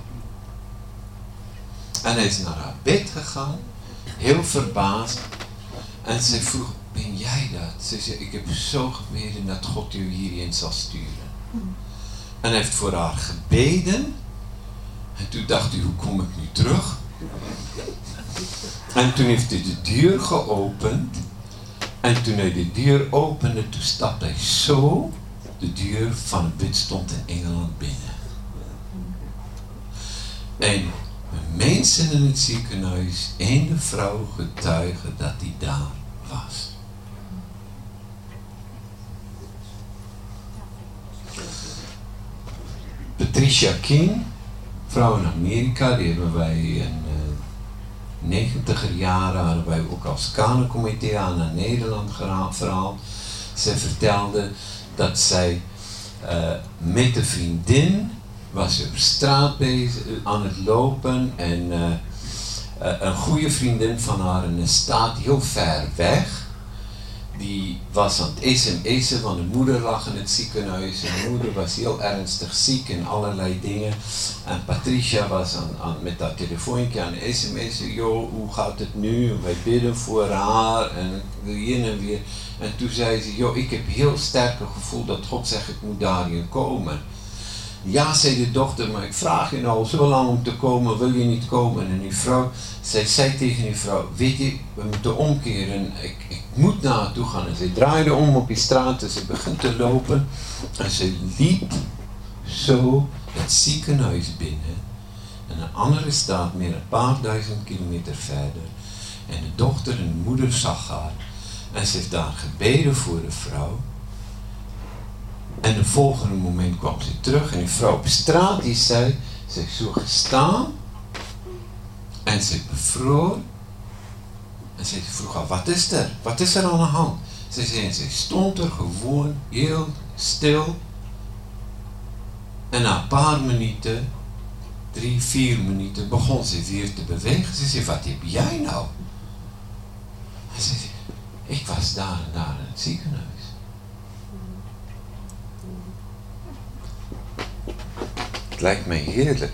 En hij is naar haar bed gegaan, heel verbaasd, en ze vroeg, ben jij dat? Ze zei, ik heb zo gebeden dat God u hierheen zal sturen. En hij heeft voor haar gebeden. En toen dacht hij, hoe kom ik nu terug? En toen heeft hij de deur geopend. En toen hij de deur opende, toen stapte hij zo de deur van een bidstond in Engeland binnen. En mensen in het ziekenhuis en de vrouw getuigen dat hij daar was. Patricia King, vrouw in Amerika, die hebben wij in de negentiger jaren hadden wij ook als Kanercomité aan naar Nederland verhaald. Zij vertelde dat zij uh, met een vriendin was ze op straat bezig, aan het lopen en uh, uh, een goede vriendin van haar in een staat heel ver weg, die was aan het sms'en, want de moeder lag in het ziekenhuis en de moeder was heel ernstig ziek en allerlei dingen. En Patricia was aan, aan, met dat telefoontje aan de sms'en, joh, hoe gaat het nu? En wij bidden voor haar en hier en weer. En toen zei ze, joh, ik heb heel sterk het gevoel dat God zegt, ik moet daarin komen. Ja, zei de dochter, maar ik vraag je al zo lang om te komen, wil je niet komen? En die vrouw, zij zei tegen die vrouw, weet je, we moeten omkeren, ik, ik moet naar haar toe gaan. En zij draaide om op die straat en ze begint te lopen. En ze liep zo het ziekenhuis binnen. En een andere staat meer een paar duizend kilometer verder. En de dochter en de moeder zag haar. En ze heeft daar gebeden voor de vrouw. En de volgende moment kwam ze terug en die vrouw op straat die zei, ze is zo gestaan en ze bevroor en ze vroeg haar, wat is er? Wat is er aan de hand? Ze zei, en ze stond er gewoon heel stil en na een paar minuten, drie, vier minuten, begon ze weer te bewegen. Ze zei, wat heb jij nou? En ze zei, ik was daar en daar in het ziekenhuis. Het lijkt mij heerlijk.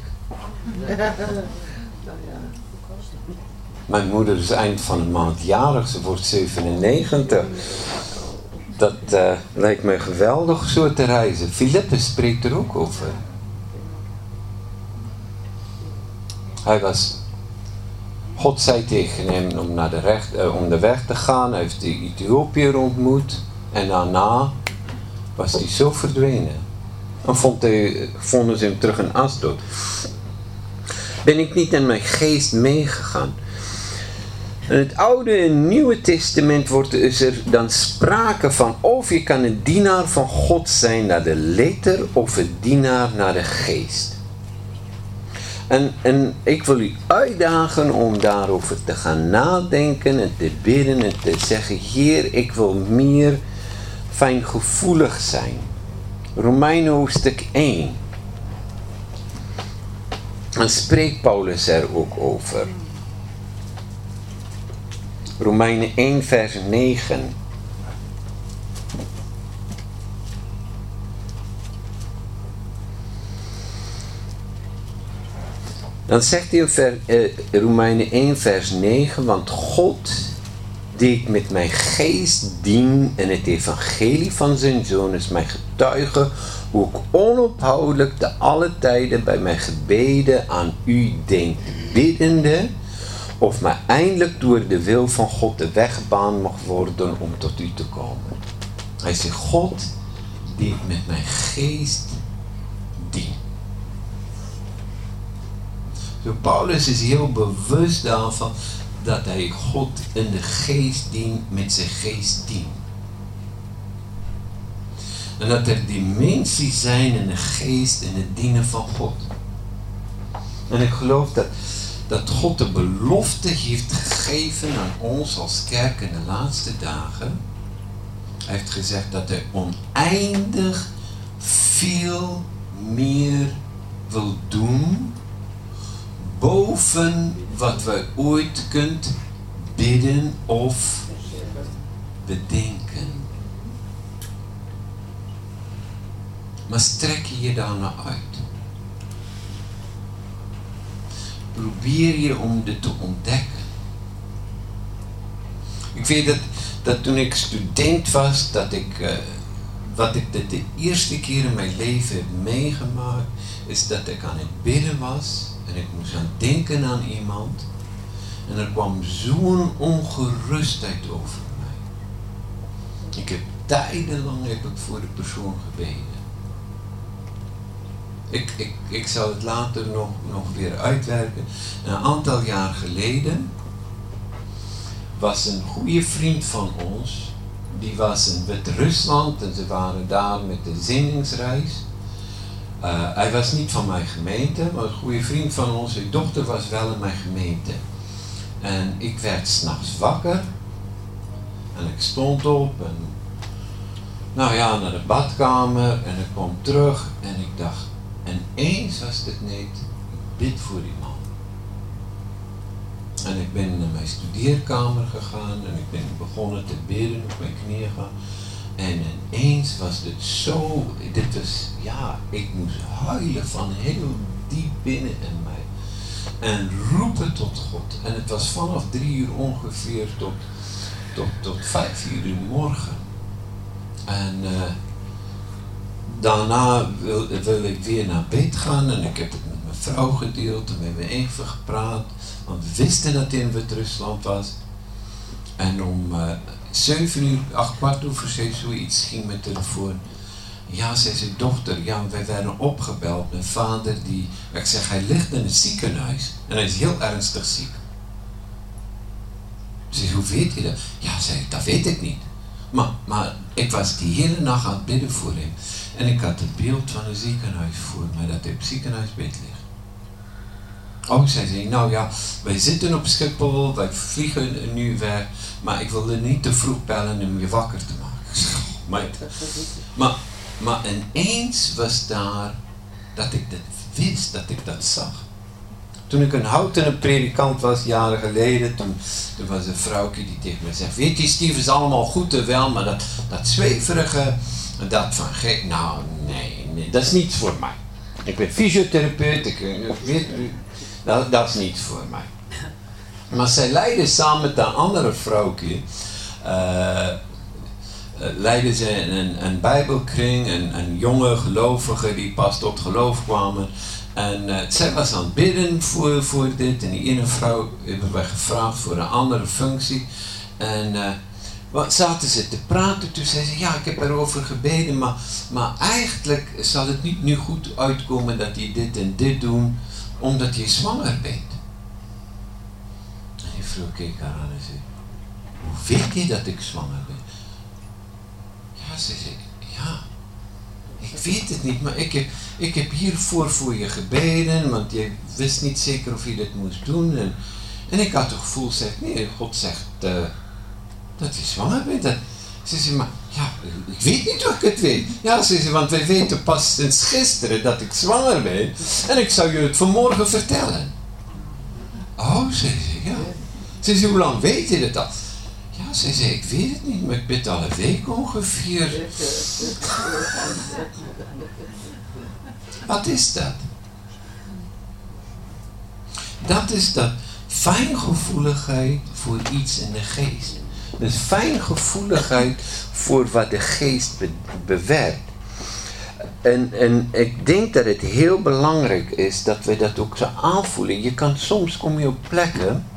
Mijn moeder is eind van de maand jarig, ze wordt zevenennegentig. Dat uh, lijkt mij geweldig zo te reizen. Philippe spreekt er ook over. Hij was, God zei tegen hem om, naar de, recht, uh, om de weg te gaan. Hij heeft de Ethiopiër ontmoet. En daarna was hij zo verdwenen. Dan vond hij, vonden ze hem terug in Asdod. Ben ik niet in mijn geest meegegaan. In het Oude en Nieuwe Testament wordt is er dan sprake van of je kan een dienaar van God zijn naar de letter of een dienaar naar de geest. En, en ik wil u uitdagen om daarover te gaan nadenken en te bidden en te zeggen, Heer, ik wil meer fijngevoelig zijn. Romeinen hoofdstuk één. Dan spreekt Paulus er ook over. Romeinen één vers negen. Dan zegt hij in ver, eh, Romeinen één vers negen, want God die ik met mijn geest dien en het evangelie van zijn zoon is mij getuigd getuigen hoe ik onophoudelijk te alle tijden bij mijn gebeden aan u denk, biddende, of mij eindelijk door de wil van God de weg gebaand mag worden om tot u te komen. Hij zegt, God die ik met mijn geest dien. Zo Paulus is heel bewust daarvan dat hij God in de geest dient, met zijn geest dient. En dat er dimensies zijn in de geest in het dienen van God. En ik geloof dat, dat God de belofte heeft gegeven aan ons als kerk in de laatste dagen. Hij heeft gezegd dat hij oneindig veel meer wil doen boven wat wij ooit kunt bidden of bedenken. Maar strek je je daarna uit. Probeer je om dit te ontdekken. Ik weet dat, dat toen ik student was, dat ik, uh, wat ik de, de eerste keer in mijn leven heb meegemaakt, is dat ik aan het bidden was en ik moest aan denken aan iemand en er kwam zo'n ongerustheid over mij. Ik heb tijdenlang heb ik voor de persoon gebeden. Ik, ik, ik zal het later nog, nog weer uitwerken. Een aantal jaar geleden was een goede vriend van ons, die was in Wit-Rusland en ze waren daar met de zendingsreis. Uh, hij was niet van mijn gemeente, maar een goede vriend van ons, zijn dochter was wel in mijn gemeente. En ik werd 's nachts wakker en ik stond op en nou ja, naar de badkamer en ik kwam terug en ik dacht, en eens was dit niet, ik bid voor die man. En ik ben naar mijn studeerkamer gegaan en ik ben begonnen te bidden, op mijn knieën gaan. En ineens was dit zo, dit was, ja, ik moest huilen van heel diep binnen in mij. En roepen tot God. En het was vanaf drie uur ongeveer tot, tot, tot vijf, vier uur morgen. En uh, daarna wil, wil ik weer naar bed gaan en ik heb het met mijn vrouw gedeeld en we hebben even gepraat. Want we wisten dat hij in Wit-Rusland was. En om uh, zeven uur, acht kwart over zes, zoiets ging mijn telefoon. Ja, zei zijn dochter, ja, wij werden opgebeld. Mijn vader, die, ik zeg, hij ligt in het ziekenhuis en hij is heel ernstig ziek. Ze zei, hoe weet je dat? Ja, zei ik, dat weet ik niet. Maar, maar ik was die hele nacht aan het bidden voor hem. En ik had het beeld van een ziekenhuis voor mij, dat hij op het ziekenhuisbed ligt. Oh, zei ze, nou ja, wij zitten op Schiphol, wij vliegen nu weg, maar ik wilde niet te vroeg bellen om je wakker te maken. maar, maar, maar ineens was daar dat ik dat wist, dat ik dat zag. Toen ik een houten predikant was, jaren geleden, toen, toen was een vrouwtje die tegen me zei, weet je Steve, is allemaal goed en wel, maar dat, dat zweverige, dat van gek, nou nee, nee, dat is niets voor mij. Ik ben fysiotherapeut, ik, ik weet, dat, dat is niets voor mij. Maar zij leidde samen met een andere vrouwtje, uh, leidden ze een, een bijbelkring, een, een jonge gelovige die pas tot geloof kwamen. En uh, zij was aan het bidden voor, voor dit en die ene vrouw hebben wij gevraagd voor een andere functie. En uh, wat zaten ze te praten, toen zei ze, ja, ik heb erover gebeden, maar, maar eigenlijk zal het niet nu goed uitkomen dat je dit en dit doet, omdat je zwanger bent. En die vrouw keek haar aan en zei, hoe weet je dat ik zwanger ben? Ja, ze zei, ja, ik weet het niet, maar ik heb, ik heb hiervoor voor je gebeden, want je wist niet zeker of je dit moest doen. En, en ik had het gevoel, zeg, nee, God zegt uh, dat je zwanger bent. Dat, ze zei, maar ja, ik weet niet hoe ik het weet. Ja, ze zei, want wij weten pas sinds gisteren dat ik zwanger ben en ik zou je het vanmorgen vertellen. Oh, ze zei, ja. Ze zei, hoe lang weet je dat al? Ja, ze zei, ik weet het niet, maar ik bid al een week ongeveer. Wat is dat? Dat is dat fijngevoeligheid voor iets in de geest. Dus fijngevoeligheid voor wat de geest be- bewerkt. en, en ik denk dat het heel belangrijk is dat we dat ook zo aanvoelen. Je kan soms, kom je op plekken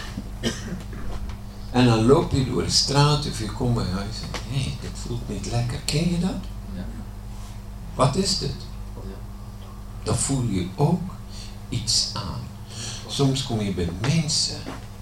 en dan loop je door de straat of je komt bij huis en hé, hey, dit voelt niet lekker. Ken je dat? Ja. Wat is dit? Ja. Dan voel je ook iets aan. Soms kom je bij mensen.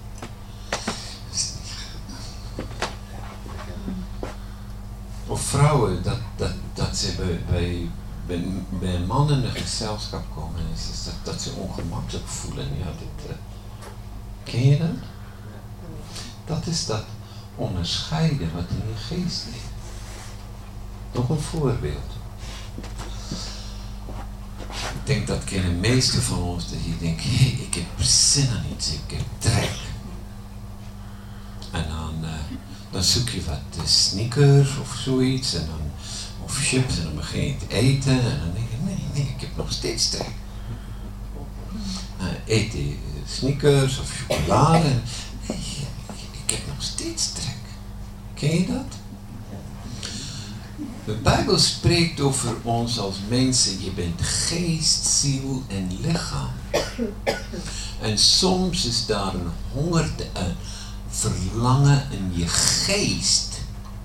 Of vrouwen, dat, dat, dat ze bij, bij, bij, bij een man in een gezelschap komen en is dat, dat ze ongemakkelijk voelen. Ja, dit, uh, ken je dat? Dat is dat onderscheiden wat in je geest ligt. Nog een voorbeeld. Ik denk dat kennen de meeste van ons dat je denkt, hé, hey, ik heb zin aan iets, ik heb trek. En dan, uh, dan zoek je wat uh, sneakers of zoiets, en dan, of chips, en dan begin je te eten, en dan denk je, nee, nee, ik heb nog steeds trek. Uh, eet die sneakers of chocolade, en nee, ik heb nog steeds trek. Ken je dat? De Bijbel spreekt over ons als mensen, je bent geest, ziel en lichaam. En soms is daar een honger, een verlangen in je geest.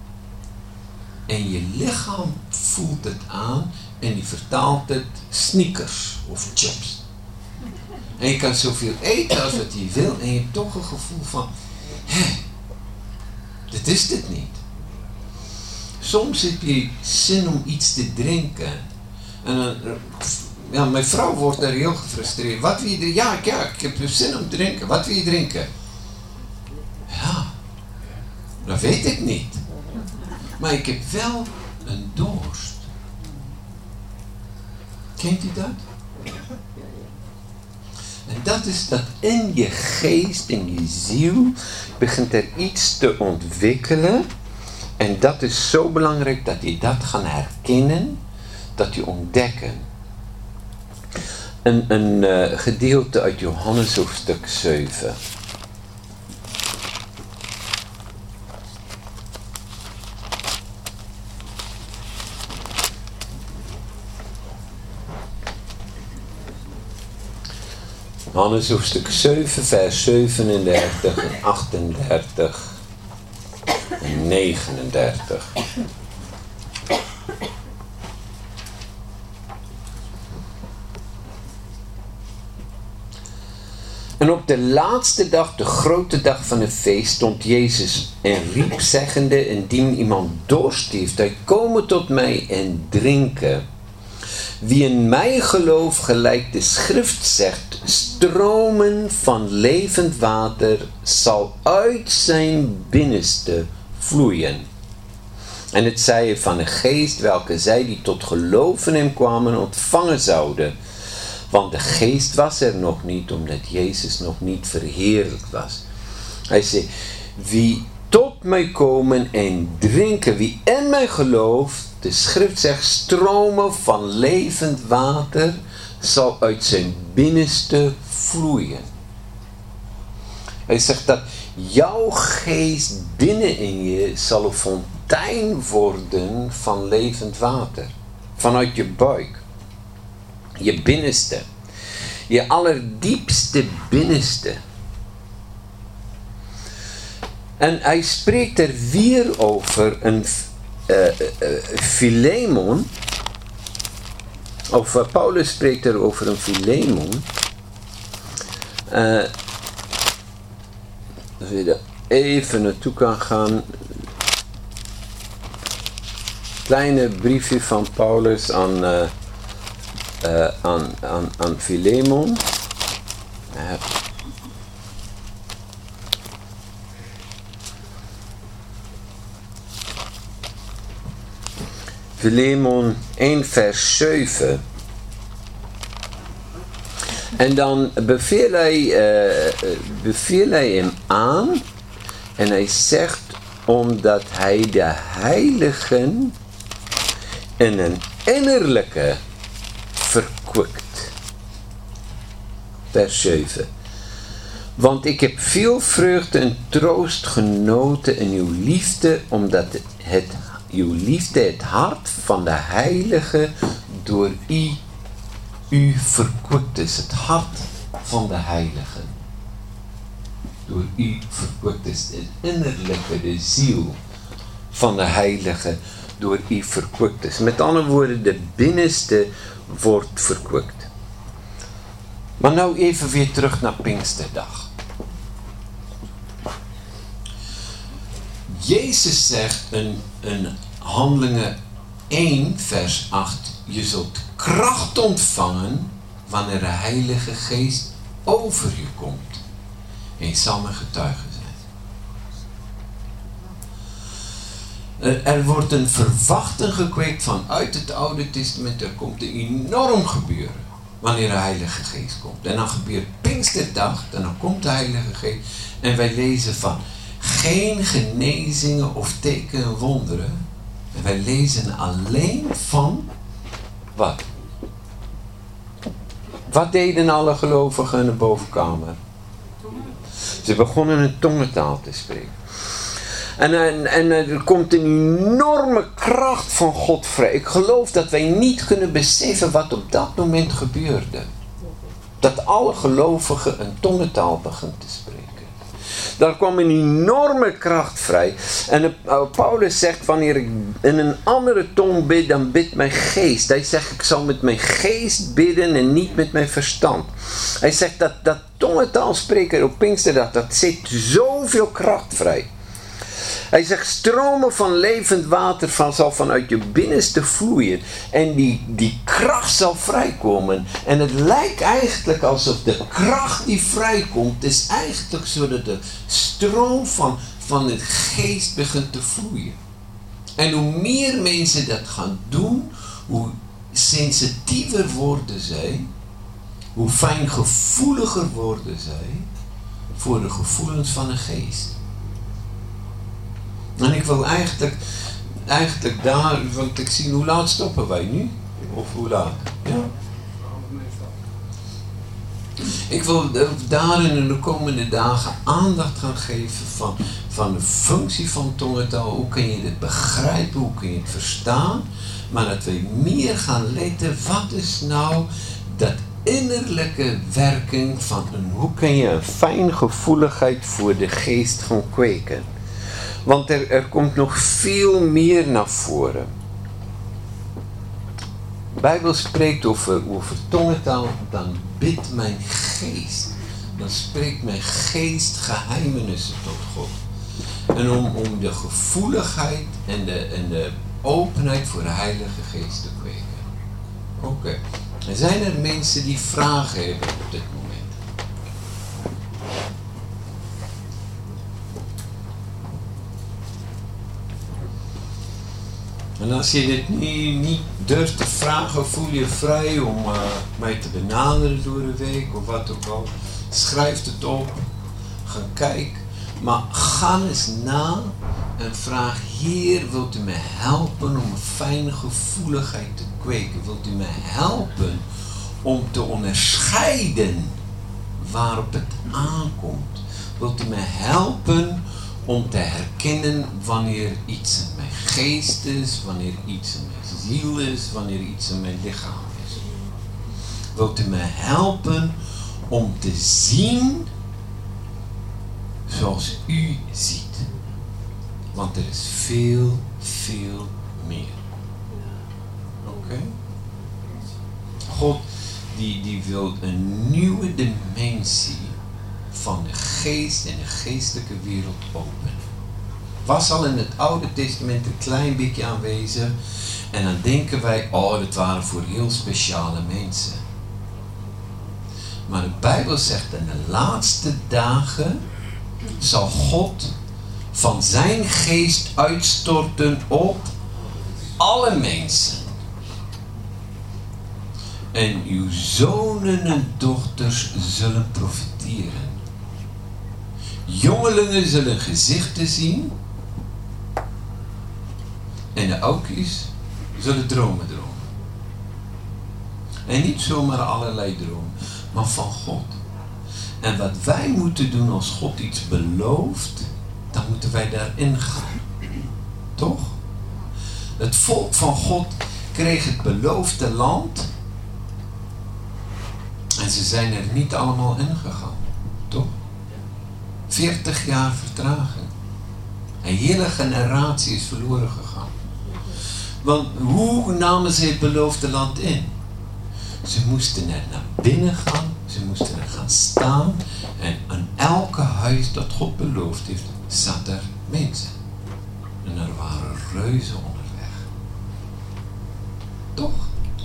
En je lichaam voelt het aan en die vertaalt het sneakers of chips. En je kan zoveel eten als wat je wil en je hebt toch een gevoel van, hé, dit is dit niet. Soms heb je zin om iets te drinken. En dan, ja, mijn vrouw wordt daar heel gefrustreerd. Wat wil je drinken? Ja, ja, ik heb zin om te drinken. Wat wil je drinken? Ja, dat weet ik niet. Maar ik heb wel een dorst. Kent u dat? En dat is dat in je geest, in je ziel, begint er iets te ontwikkelen. En dat is zo belangrijk dat je dat gaan herkennen, dat je ontdekken. Een, een uh, gedeelte uit Johannes hoofdstuk zeven. Johannes hoofdstuk zeven, vers zevenendertig en achtendertig. negenendertig. En op de laatste dag, de grote dag van het feest, stond Jezus en riep zeggende, indien iemand dorst heeft, hij komen tot mij en drinken. Wie in mij gelooft, gelijk de schrift zegt, stromen van levend water zal uit zijn binnenste vloeien. En het zei van de geest welke zij die tot geloof in hem kwamen ontvangen zouden. Want de geest was er nog niet, omdat Jezus nog niet verheerlijkt was. Hij zei, wie tot mij komen en drinken, wie in mij gelooft, de schrift zegt, stromen van levend water zal uit zijn binnenste vloeien. Hij zegt dat jouw geest binnenin je zal een fontein worden van levend water. Vanuit je buik. Je binnenste. Je allerdiepste binnenste. En hij spreekt er weer over een uh, uh, Philemon. Of uh, Paulus spreekt er over een Philemon. Uh, Als je er even naartoe kan gaan. Kleine briefje van Paulus aan, uh, uh, aan, aan, aan Philemon. Uh, Philemon één vers zeven. En dan beveel hij, uh, beveel hij hem aan. En hij zegt, omdat hij de heiligen in een innerlijke verkwikt. Vers zeven. Want ik heb veel vreugde en troost genoten in uw liefde, omdat het, uw liefde het hart van de heiligen door u, u verkwikt is. Het hart van de heilige. Door u verkwikt is. Het innerlijke, de ziel van de heilige door u verkwikt is. Met andere woorden, de binnenste wordt verkwikt. Maar nou even weer terug naar Pinksterdag. Jezus zegt in, in Handelingen één vers acht, je zult kracht ontvangen wanneer de Heilige Geest over je komt. En je zal mijn getuige zijn. Er, er wordt een verwachting gekweekt vanuit het Oude Testament. Er komt een enorm gebeuren wanneer de Heilige Geest komt. En dan gebeurt Pinksterdag, en dan komt de Heilige Geest. En wij lezen van geen genezingen of tekenen wonderen. En wij lezen alleen van wat? Wat deden alle gelovigen in de bovenkamer? Ze begonnen een tongentaal te spreken. En, en, en er komt een enorme kracht van God vrij. Ik geloof dat wij niet kunnen beseffen wat op dat moment gebeurde. Dat alle gelovigen een tongentaal begonnen te spreken. Daar kwam een enorme kracht vrij. En uh, Paulus zegt, wanneer ik in een andere tong bid, dan bidt mijn geest. Hij zegt, ik zal met mijn geest bidden en niet met mijn verstand. Hij zegt, dat, dat tongentaal spreken op Pinksterdag, dat zet zoveel kracht vrij. Hij zegt, stromen van levend water van, zal vanuit je binnenste vloeien. En die, die kracht zal vrijkomen. En het lijkt eigenlijk alsof de kracht die vrijkomt, is eigenlijk zo dat de stroom van, van het geest begint te vloeien. En hoe meer mensen dat gaan doen, hoe sensitiever worden zij, hoe fijngevoeliger worden zij voor de gevoelens van de geest. En ik wil eigenlijk, eigenlijk daar, want ik zie, hoe laat stoppen wij nu? Of hoe laat? Ja. Ik wil daar in de komende dagen aandacht gaan geven van, van de functie van tongentaal. Hoe kun je dit begrijpen? Hoe kun je het verstaan? Maar dat we meer gaan letten, wat is nou dat innerlijke werking van een, hoe kun je een fijngevoeligheid voor de geest gaan kweken? Want er, er komt nog veel meer naar voren. De Bijbel spreekt over, over tongentaal, dan bidt mijn geest. Dan spreekt mijn geest geheimenissen tot God. En om, om de gevoeligheid en de, en de openheid voor de Heilige Geest te kweken. Oké. Okay. Er zijn er mensen die vragen hebben op dit moment. En als je dit niet, niet durft te vragen, voel je vrij om uh, mij te benaderen door de week of wat ook al. Schrijf het op, ga kijken, maar ga eens na en vraag, Heer, wilt u mij helpen om een fijne gevoeligheid te kweken? Wilt u mij helpen om te onderscheiden waarop het aankomt? Wilt u mij helpen om te herkennen wanneer iets in mijn geest is, wanneer iets in mijn ziel is, wanneer iets in mijn lichaam is. Wilt u mij helpen om te zien zoals u ziet. Want er is veel, veel meer. Oké? Okay? God die, die wil een nieuwe dimensie van de geest en de geestelijke wereld openen. Was al in het Oude Testament een klein beetje aanwezig. En dan denken wij, oh, dat waren voor heel speciale mensen. Maar de Bijbel zegt, in de laatste dagen zal God van zijn geest uitstorten op alle mensen. En uw zonen en dochters zullen profiteren. Jongelingen zullen gezichten zien. En de oudjes zullen dromen dromen. En niet zomaar allerlei dromen, maar van God. En wat wij moeten doen als God iets belooft, dan moeten wij daarin gaan. Toch? Het volk van God, kreeg het beloofde land. En ze zijn er niet allemaal ingegaan. Toch? veertig jaar vertraging. Een hele generatie is verloren gegaan. Want hoe namen ze het beloofde land in? Ze moesten er naar binnen gaan. Ze moesten er gaan staan. En aan elke huis dat God beloofd heeft, zat er mensen. En er waren reuzen onderweg. Toch?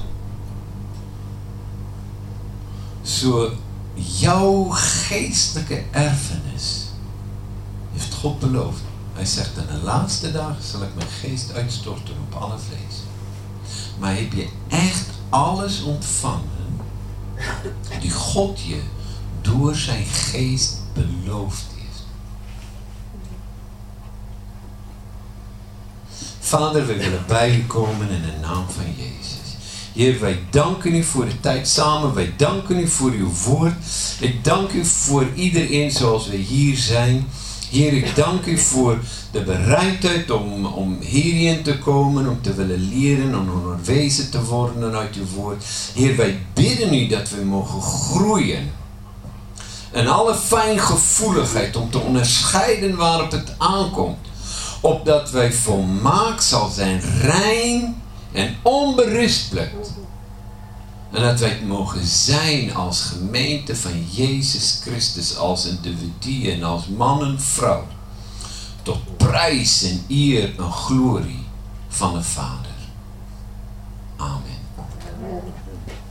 Zo, jouw geestelijke erfenis heeft God beloofd. Hij zegt, in de laatste dagen zal ik mijn geest uitstorten op alle vlees. Maar heb je echt alles ontvangen die God je door zijn geest beloofd heeft? Vader, we willen bij u komen in de naam van Jezus. Heer, wij danken u voor de tijd samen. Wij danken u voor uw woord. Ik dank u voor iedereen zoals we hier zijn. Heer, ik dank u voor de bereidheid om, om hierin te komen, om te willen leren, om onderwezen te worden uit uw woord. Heer, wij bidden u dat we mogen groeien. En alle fijngevoeligheid om te onderscheiden waarop het aankomt. Opdat wij volmaakt zal zijn, rein en onberispelijk. En dat wij het mogen zijn als gemeente van Jezus Christus, als individu en als man en vrouw. Tot prijs en eer en glorie van de Vader. Amen.